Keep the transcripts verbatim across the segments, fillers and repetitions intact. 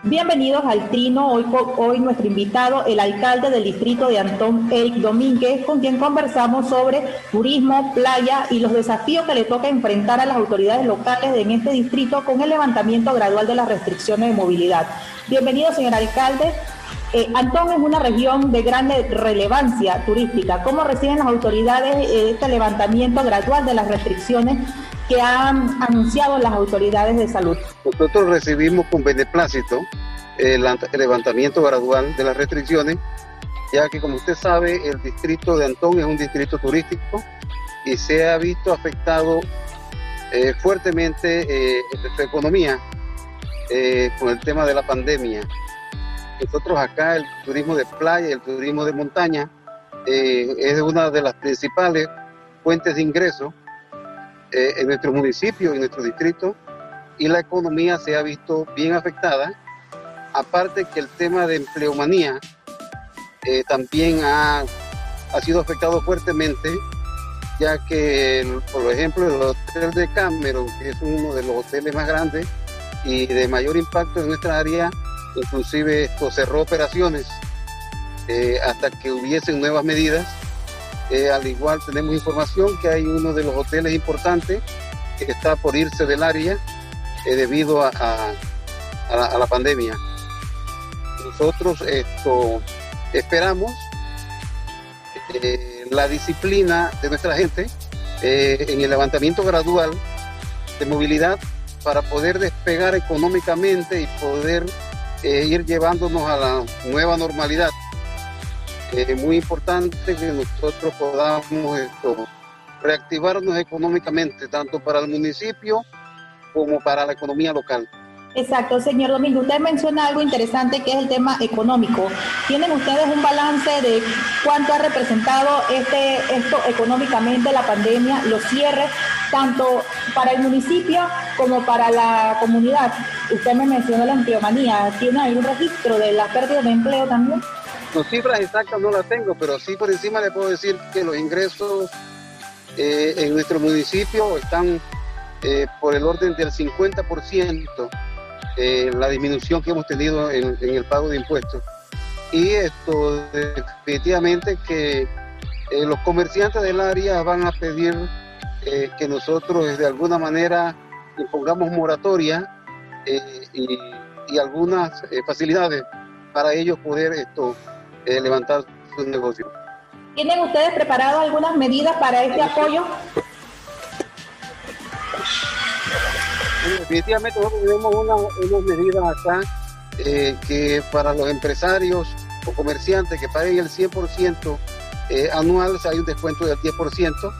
Bienvenidos al Trino. Hoy, hoy nuestro invitado, el alcalde del distrito de Antón, Eric Domínguez, con quien conversamos sobre turismo, playa y los desafíos que le toca enfrentar a las autoridades locales en este distrito con el levantamiento gradual de las restricciones de movilidad. Bienvenido, señor alcalde. Eh, Antón es una región de gran relevancia turística. ¿Cómo reciben las autoridades eh, este levantamiento gradual de las restricciones que han anunciado las autoridades de salud? Nosotros recibimos con beneplácito el levantamiento gradual de las restricciones, ya que, como usted sabe, el distrito de Antón es un distrito turístico y se ha visto afectado eh, fuertemente eh, su economía eh, con el tema de la pandemia. Nosotros acá el turismo de playa y el turismo de montaña eh, es una de las principales fuentes de ingresos eh, en nuestro municipio, en nuestro distrito, y la economía se ha visto bien afectada. Aparte que el tema de empleomanía eh, también ha, ha sido afectado fuertemente, ya que, el, por ejemplo, el hotel de Cameron, que es uno de los hoteles más grandes y de mayor impacto en nuestra área, inclusive esto cerró operaciones eh, hasta que hubiesen nuevas medidas. Eh, al igual tenemos información que hay uno de los hoteles importantes que está por irse del área eh, debido a, a, a, la, a la pandemia. Nosotros esto, esperamos eh, la disciplina de nuestra gente eh, en el levantamiento gradual de movilidad para poder despegar económicamente y poder Eh, ir llevándonos a la nueva normalidad. Es eh, muy importante que nosotros podamos esto, reactivarnos económicamente, tanto para el municipio como para la economía local. Exacto, señor Domingo. Usted menciona algo interesante que es el tema económico. ¿Tienen ustedes un balance de cuánto ha representado este esto económicamente la pandemia, los cierres, tanto para el municipio como para la comunidad? Usted me mencionó la empleomanía. ¿Tiene algún registro de las pérdidas de empleo también? Las cifras exactas no las tengo, pero sí por encima le puedo decir que los ingresos eh, en nuestro municipio están eh, por el orden del cincuenta por ciento. Eh, la disminución que hemos tenido en, en el pago de impuestos. Y esto definitivamente que eh, los comerciantes del área van a pedir eh, que nosotros de alguna manera impongamos moratoria eh, y, y algunas eh, facilidades para ellos poder esto eh, levantar sus negocios. ¿Tienen ustedes preparado algunas medidas para este apoyo? Definitivamente nosotros tenemos una, unas medidas acá eh, que para los empresarios o comerciantes que paguen el cien por ciento eh, anual hay un descuento del diez por ciento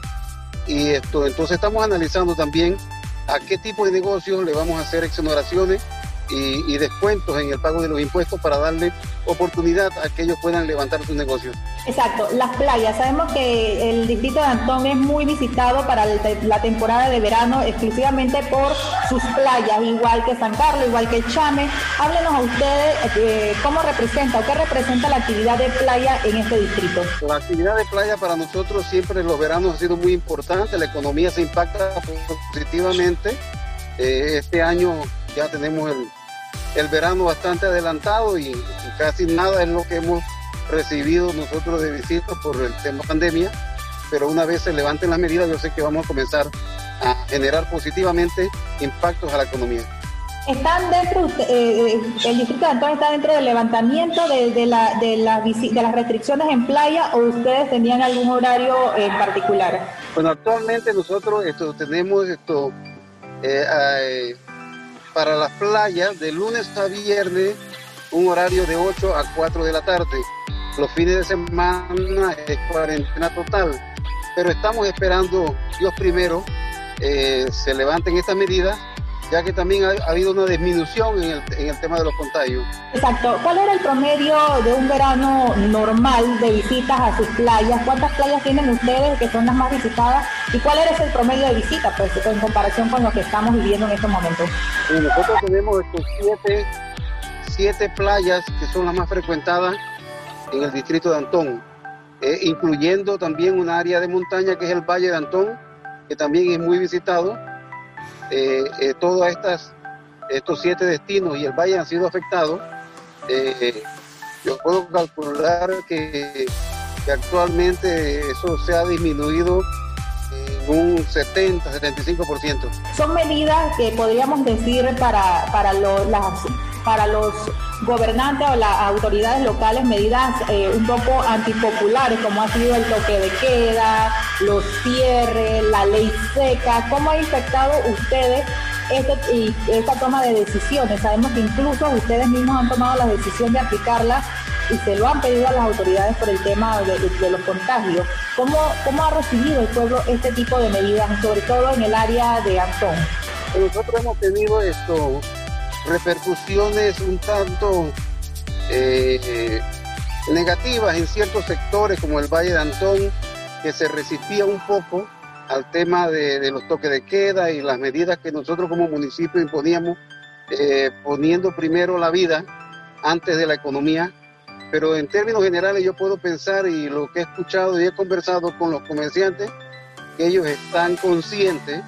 y esto, entonces estamos analizando también a qué tipo de negocios le vamos a hacer exoneraciones y, y descuentos en el pago de los impuestos para darle oportunidad a que ellos puedan levantar sus negocios. Exacto, las playas. Sabemos que el distrito de Antón es muy visitado para la temporada de verano exclusivamente por sus playas, igual que San Carlos, igual que el Chame. Háblenos a ustedes eh, cómo representa o qué representa la actividad de playa en este distrito. La actividad de playa para nosotros siempre en los veranos ha sido muy importante, la economía se impacta positivamente. Eh, este año ya tenemos el, el verano bastante adelantado y, y casi nada es lo que hemos recibido nosotros de visitas por el tema pandemia, pero una vez se levanten las medidas yo sé que vamos a comenzar a generar positivamente impactos a la economía. ¿Están dentro, eh, el distrito de Antón está dentro del levantamiento de, de, la, de, la, de las restricciones en playa o ustedes tenían algún horario en particular? Bueno, actualmente nosotros esto, tenemos esto eh, eh, para las playas de lunes a viernes un horario de ocho a cuatro de la tarde. Los fines de semana es cuarentena total, pero estamos esperando, Dios primero, eh, se levanten estas medidas, ya que también ha, ha habido una disminución en el, en el tema de los contagios. Exacto. ¿Cuál era el promedio de un verano normal de visitas a sus playas? ¿Cuántas playas tienen ustedes que son las más visitadas? ¿Y cuál era ese promedio de visitas, pues, en comparación con lo que estamos viviendo en estos momentos? Sí, nosotros tenemos estos siete, siete playas que son las más frecuentadas en el distrito de Antón, eh, incluyendo también un área de montaña que es el Valle de Antón, que también es muy visitado. Eh, eh, todas estas estos siete destinos y el valle han sido afectados, eh, yo puedo calcular que, que actualmente eso se ha disminuido en un setenta, setenta y cinco por ciento. Son medidas que podríamos decir para, para, lo, las, para los gobernantes o las autoridades locales, medidas eh, un poco antipopulares, como ha sido el toque de queda, los cierres, la ley seca. ¿Cómo ha afectado ustedes este, y esta toma de decisiones? Sabemos que incluso ustedes mismos han tomado la decisión de aplicarla y se lo han pedido a las autoridades por el tema de, de, de los contagios. ¿Cómo, ¿Cómo ha recibido el pueblo este tipo de medidas, sobre todo en el área de Antón? Nosotros hemos tenido esto, repercusiones un tanto eh, negativas en ciertos sectores como el Valle de Antón, que se resistía un poco al tema de, de los toques de queda y las medidas que nosotros como municipio imponíamos, eh, poniendo primero la vida antes de la economía. Pero en términos generales yo puedo pensar, y lo que he escuchado y he conversado con los comerciantes, que ellos están conscientes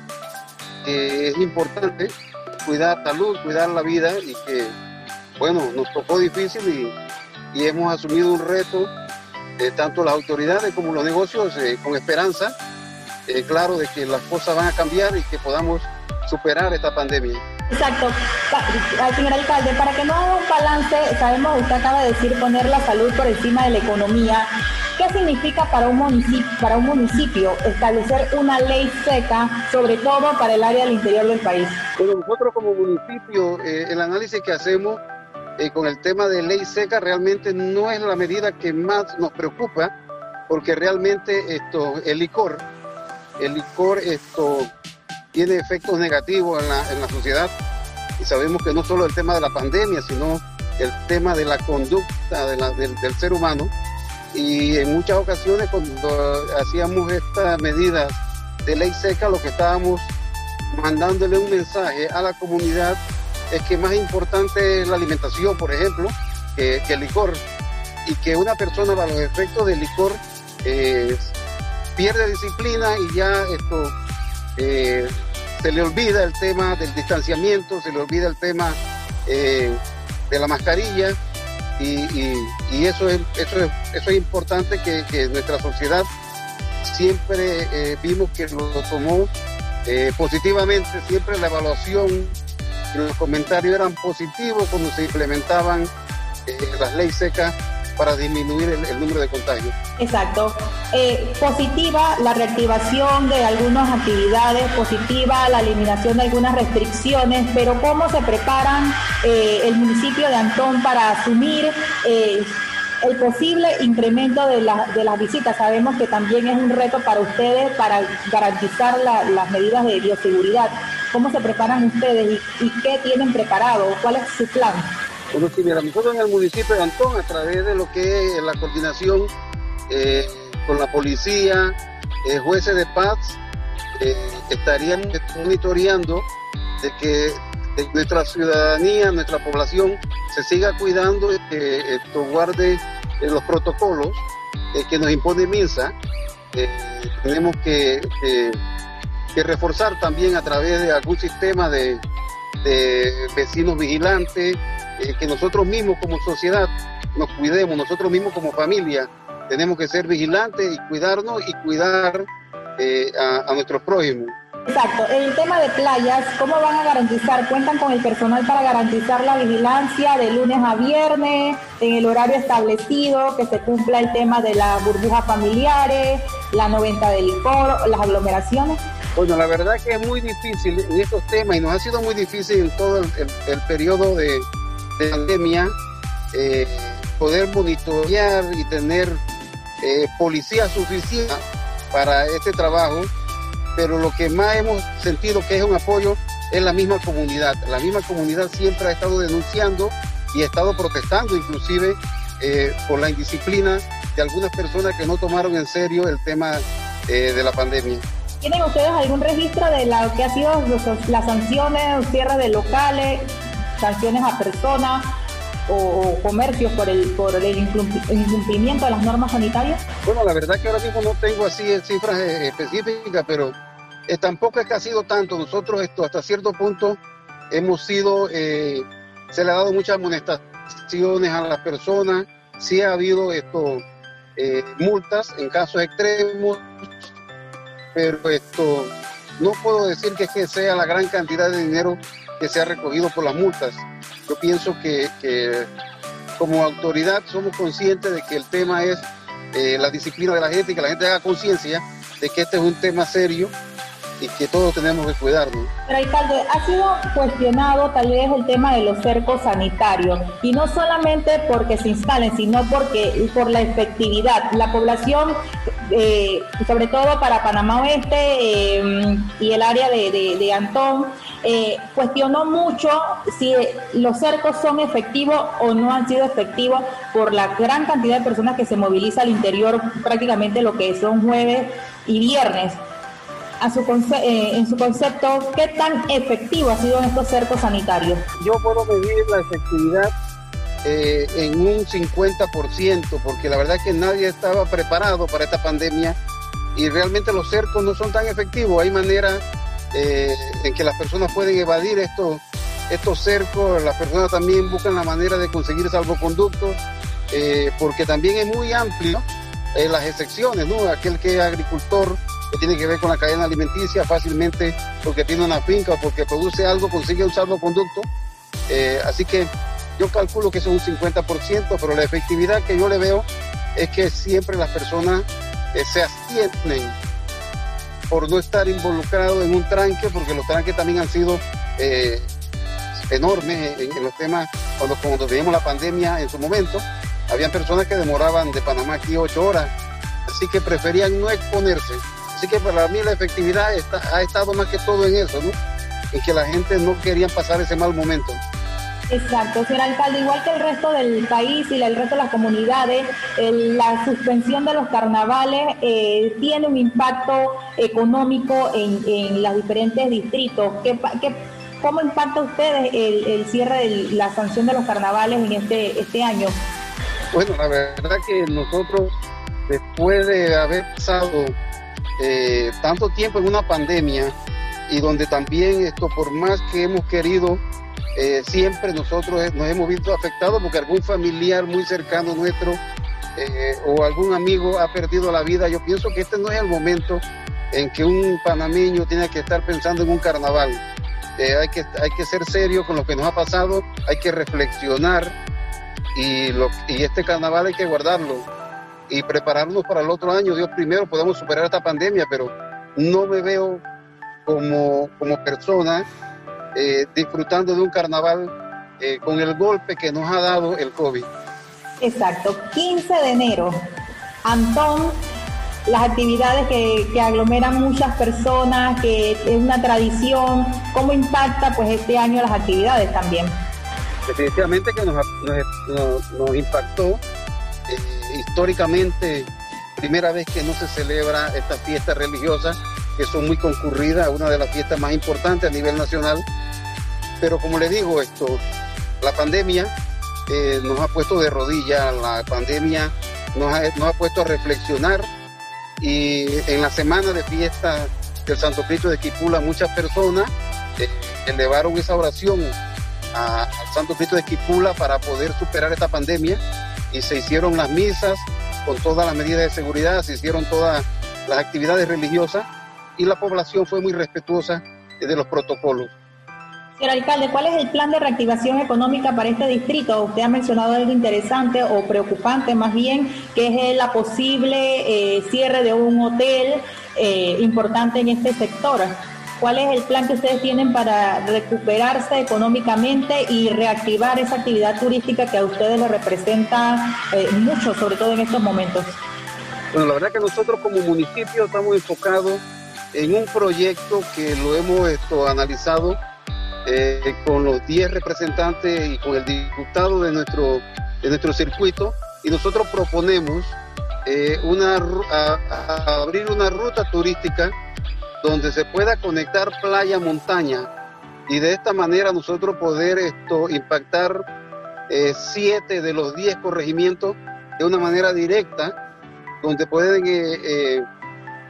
que es importante cuidar salud, cuidar la vida, y que, bueno, nos tocó difícil y, y hemos asumido un reto, eh, tanto las autoridades como los negocios, eh, con esperanza, eh, claro, de que las cosas van a cambiar y que podamos superar esta pandemia. Exacto. Señor alcalde, para que no haga un balance, sabemos, usted acaba de decir poner la salud por encima de la economía. ¿Qué significa para un municipio, para un municipio establecer una ley seca, sobre todo para el área del interior del país? Bueno, nosotros como municipio, eh, el análisis que hacemos eh, con el tema de ley seca realmente no es la medida que más nos preocupa, porque realmente esto, el licor, el licor esto tiene efectos negativos en la, en la sociedad, y sabemos que no solo el tema de la pandemia, sino el tema de la conducta de la, del, del ser humano. Y en muchas ocasiones cuando hacíamos estas medidas de ley seca, lo que estábamos mandándole un mensaje a la comunidad es que más importante es la alimentación, por ejemplo, que, que el licor, y que una persona bajo los efectos del licor eh, pierde disciplina y ya esto eh, se le olvida el tema del distanciamiento, se le olvida el tema eh, de la mascarilla. Y, y, y eso es eso es, eso es importante que, que nuestra sociedad siempre eh, vimos que lo tomó eh, positivamente. Siempre la evaluación y los comentarios eran positivos cuando se implementaban eh, las leyes secas para disminuir el, el número de contagios. Exacto. Eh, positiva la reactivación de algunas actividades, positiva la eliminación de algunas restricciones, pero ¿cómo se preparan eh, el municipio de Antón para asumir eh, el posible incremento de, la, de las visitas? Sabemos que también es un reto para ustedes para garantizar la, las medidas de bioseguridad. ¿Cómo se preparan ustedes y, y qué tienen preparado? ¿Cuál es su plan? Bueno, sí, mira, nosotros en el municipio de Antón, a través de lo que es la coordinación eh, con la policía, eh, jueces de paz, eh, estarían monitoreando de que de nuestra ciudadanía, nuestra población, se siga cuidando y que esto guarde eh, los protocolos eh, que nos impone MINSA. Eh, tenemos que, que, que reforzar también a través de algún sistema de, de vecinos vigilantes, Eh, que nosotros mismos como sociedad nos cuidemos, nosotros mismos como familia tenemos que ser vigilantes y cuidarnos y cuidar eh, a, a nuestros prójimos. Exacto. En el tema de playas, ¿cómo van a garantizar? ¿Cuentan con el personal para garantizar la vigilancia de lunes a viernes, en el horario establecido, que se cumpla el tema de las burbujas familiares, la no venta de licor, las aglomeraciones? Bueno, la verdad que es muy difícil en estos temas, y nos ha sido muy difícil en todo el, el, el periodo de de pandemia, eh, poder monitorear y tener eh, policía suficiente para este trabajo, pero lo que más hemos sentido que es un apoyo es la misma comunidad. La misma comunidad siempre ha estado denunciando y ha estado protestando, inclusive eh, por la indisciplina de algunas personas que no tomaron en serio el tema eh, de la pandemia. ¿Tienen ustedes algún registro de lo que ha sido los, las sanciones, cierre de locales, sanciones a personas o, o comercios por el por el incumplimiento de las normas sanitarias? Bueno, la verdad que ahora mismo no tengo así cifras específicas, pero eh, tampoco es que ha sido tanto. Nosotros esto hasta cierto punto hemos sido, eh, se le ha dado muchas amonestaciones a las personas, sí ha habido esto, eh, multas en casos extremos, pero esto no puedo decir que, es que sea la gran cantidad de dinero que se ha recogido por las multas. Yo pienso que, que como autoridad somos conscientes de que el tema es eh, la disciplina de la gente y que la gente haga conciencia de que este es un tema serio y que todos tenemos que cuidarnos. Pero alcalde, ha sido cuestionado tal vez el tema de los cercos sanitarios, y no solamente porque se instalen, sino porque por la efectividad. La población, eh, sobre todo para Panamá Oeste eh, y el área de, de, de Antón, eh, cuestionó mucho si los cercos son efectivos o no han sido efectivos por la gran cantidad de personas que se moviliza al interior prácticamente lo que son jueves y viernes. A su conce- eh, en su concepto, ¿qué tan efectivo ha sido estos cercos sanitarios? Yo puedo medir la efectividad eh, en un cincuenta por ciento, porque la verdad es que nadie estaba preparado para esta pandemia y realmente los cercos no son tan efectivos. Hay maneras eh, en que las personas pueden evadir estos, estos cercos, las personas también buscan la manera de conseguir salvoconductos, eh, porque también es muy amplio eh, las excepciones, ¿no? Aquel que es agricultor, que tiene que ver con la cadena alimenticia, fácilmente porque tiene una finca o porque produce algo, consigue un salvoconducto. Eh, así que yo calculo que eso es un cincuenta por ciento, pero la efectividad que yo le veo es que siempre las personas eh, se abstienen por no estar involucrados en un tranque, porque los tranques también han sido eh, enormes en, en los temas. Cuando, cuando teníamos la pandemia en su momento, habían personas que demoraban de Panamá aquí ocho horas, así que preferían no exponerse. Así que para mí la efectividad está, ha estado más que todo en eso, ¿no? En que la gente no quería pasar ese mal momento. Exacto, señor alcalde, igual que el resto del país y el resto de las comunidades, el, la suspensión de los carnavales eh, tiene un impacto económico en, en los diferentes distritos. ¿Qué, qué, ¿Cómo impacta a ustedes el, el cierre de la sanción de los carnavales en este, este año? Bueno, la verdad que nosotros, después de haber pasado Eh, tanto tiempo en una pandemia y donde también esto, por más que hemos querido, eh, siempre nosotros nos hemos visto afectados porque algún familiar muy cercano nuestro eh, o algún amigo ha perdido la vida. Yo pienso que este no es el momento en que un panameño tiene que estar pensando en un carnaval. Eh, hay que, hay que ser serio con lo que nos ha pasado, hay que reflexionar y, lo, y este carnaval hay que guardarlo y prepararnos para el otro año. Dios primero, podemos superar esta pandemia, pero no me veo como, como persona eh, disfrutando de un carnaval eh, con el golpe que nos ha dado el COVID. Exacto, quince de enero, Antón, las actividades que, que aglomeran muchas personas, que es una tradición, ¿cómo impacta pues este año las actividades también? Definitivamente que nos, nos, nos, nos impactó. Eh, históricamente, primera vez que no se celebra estas fiestas religiosas que son muy concurridas, una de las fiestas más importantes a nivel nacional, pero como le digo, esto, la pandemia eh, nos ha puesto de rodillas, la pandemia nos ha, nos ha puesto a reflexionar, y en la semana de fiesta del Santo Cristo de Esquipula muchas personas eh, elevaron esa oración a, al Santo Cristo de Esquipula para poder superar esta pandemia. Y se hicieron las misas con todas las medidas de seguridad, se hicieron todas las actividades religiosas y la población fue muy respetuosa de los protocolos. Señor alcalde, ¿cuál es el plan de reactivación económica para este distrito? Usted ha mencionado algo interesante o preocupante más bien, que es la posible eh, cierre de un hotel eh, importante en este sector. ¿Cuál es el plan que ustedes tienen para recuperarse económicamente y reactivar esa actividad turística que a ustedes les representa eh, mucho, sobre todo en estos momentos? Bueno, la verdad que nosotros como municipio estamos enfocados en un proyecto que lo hemos esto, analizado eh, con los diez representantes y con el diputado de nuestro, de nuestro circuito, y nosotros proponemos eh, una, a, a abrir una ruta turística donde se pueda conectar playa-montaña, y de esta manera nosotros poder esto impactar eh, siete de los diez corregimientos de una manera directa, donde pueden eh, eh,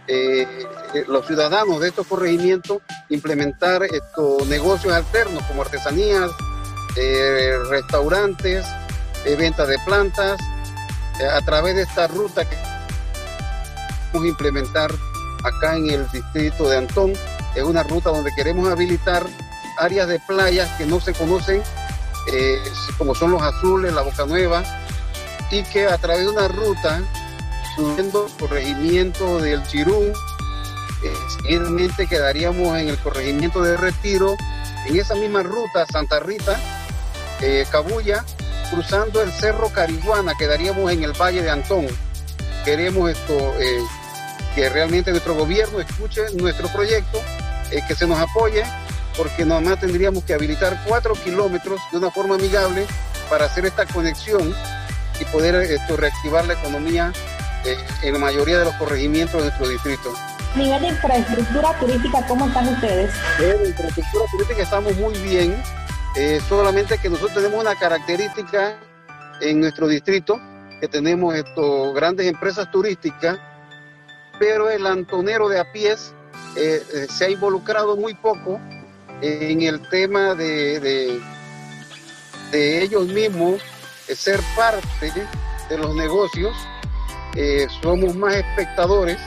eh, los ciudadanos de estos corregimientos implementar estos negocios alternos como artesanías, eh, restaurantes, eh, venta de plantas, eh, a través de esta ruta que vamos a implementar acá en el distrito de Antón. Es una ruta donde queremos habilitar áreas de playas que no se conocen, eh, como son los Azules, la Boca Nueva, y que a través de una ruta subiendo el corregimiento del Chirú, eh, seguidamente quedaríamos en el corregimiento de Retiro, en esa misma ruta Santa Rita, eh, Cabuya, cruzando el Cerro Cariguana, quedaríamos en el Valle de Antón. Queremos esto, eh, que realmente nuestro gobierno escuche nuestro proyecto, eh, que se nos apoye, porque nada más tendríamos que habilitar cuatro kilómetros de una forma amigable para hacer esta conexión y poder esto, reactivar la economía eh, en la mayoría de los corregimientos de nuestro distrito. A nivel de infraestructura turística, ¿cómo están ustedes? En la infraestructura turística estamos muy bien, eh, solamente que nosotros tenemos una característica en nuestro distrito, que tenemos esto, grandes empresas turísticas, pero el antonero de a pies eh, eh, se ha involucrado muy poco en el tema de, de, de ellos mismos eh, ser parte de los negocios. Eh, somos más espectadores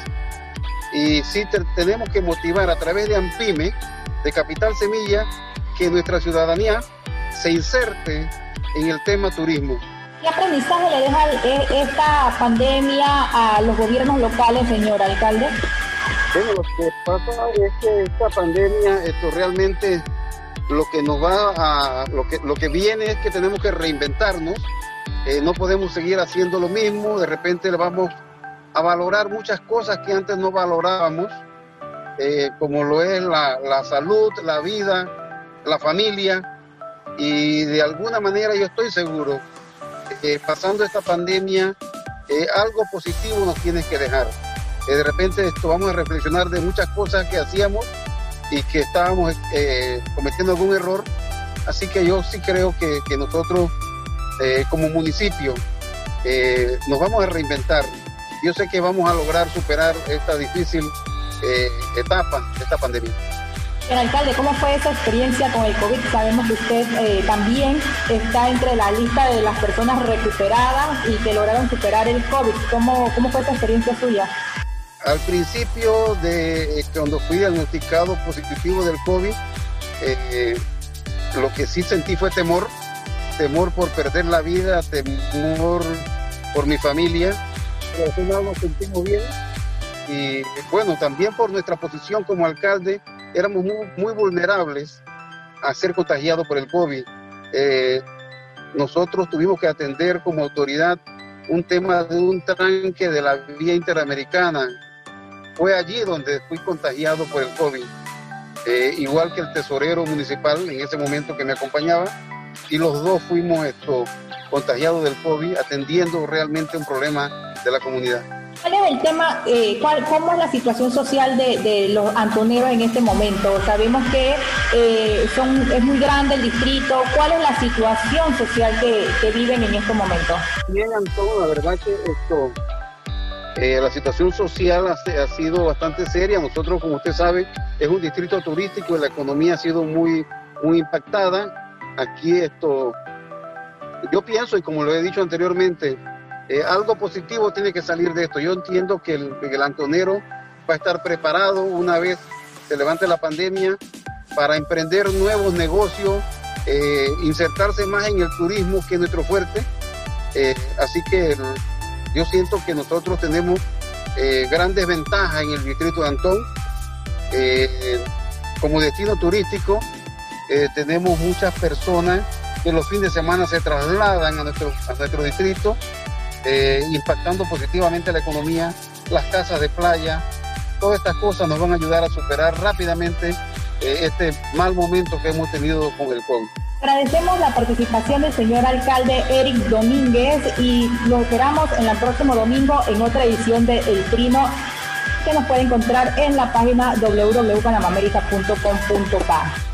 y sí te, tenemos que motivar a través de AMPIME, de Capital Semilla, que nuestra ciudadanía se inserte en el tema turismo. ¿Qué aprendizaje le deja esta pandemia a los gobiernos locales, señor alcalde? Bueno, lo que pasa es que esta pandemia, esto realmente lo que nos va a, lo que, lo que viene es que tenemos que reinventarnos, eh, no podemos seguir haciendo lo mismo, de repente vamos a valorar muchas cosas que antes no valorábamos, eh, como lo es la, la salud, la vida, la familia, y de alguna manera yo estoy seguro que pasando esta pandemia, eh, algo positivo nos tiene que dejar. Eh, de repente esto vamos a reflexionar de muchas cosas que hacíamos y que estábamos eh, cometiendo algún error, así que yo sí creo que, que nosotros eh, como municipio eh, nos vamos a reinventar. Yo sé que vamos a lograr superar esta difícil eh, etapa de esta pandemia. Señor alcalde, ¿cómo fue esa experiencia con el COVID? Sabemos que usted eh, también está entre la lista de las personas recuperadas y que lograron superar el COVID. ¿Cómo, cómo fue esa experiencia suya? Al principio, de cuando fui diagnosticado positivo del COVID, eh, lo que sí sentí fue temor, temor por perder la vida, temor por mi familia, pero al final nos sentimos bien y bueno, también por nuestra posición como alcalde, éramos muy, muy vulnerables a ser contagiados por el COVID. Eh, nosotros tuvimos que atender como autoridad un tema de un tranque de la vía interamericana. Fue allí donde fui contagiado por el COVID, eh, igual que el tesorero municipal en ese momento que me acompañaba, y los dos fuimos esto, contagiados del COVID, atendiendo realmente un problema de la comunidad. ¿Cuál es el tema, eh, cuál, cómo es la situación social de, de los antoneros en este momento? Sabemos que eh, son, es muy grande el distrito. ¿Cuál es la situación social que, que viven en estos momentos? Bien, Antón, la verdad que esto, eh, la situación social ha, ha sido bastante seria. Nosotros, como usted sabe, es un distrito turístico y la economía ha sido muy, muy impactada. Aquí esto, yo pienso, y como lo he dicho anteriormente, Eh, algo positivo tiene que salir de esto. Yo entiendo que el, el antonero va a estar preparado una vez se levante la pandemia para emprender nuevos negocios, eh, insertarse más en el turismo, que es nuestro fuerte. Eh, así que el, yo siento que nosotros tenemos eh, grandes ventajas en el distrito de Antón. Eh, como destino turístico, eh, tenemos muchas personas que los fines de semana se trasladan a nuestro, a nuestro distrito, Eh, impactando positivamente la economía, las casas de playa. Todas estas cosas nos van a ayudar a superar rápidamente eh, este mal momento que hemos tenido con el COVID. Agradecemos la participación del señor alcalde Eric Domínguez y lo esperamos en el próximo domingo en otra edición de El Trino, que nos puede encontrar en la página w w w punto panamamerica punto com punto pa.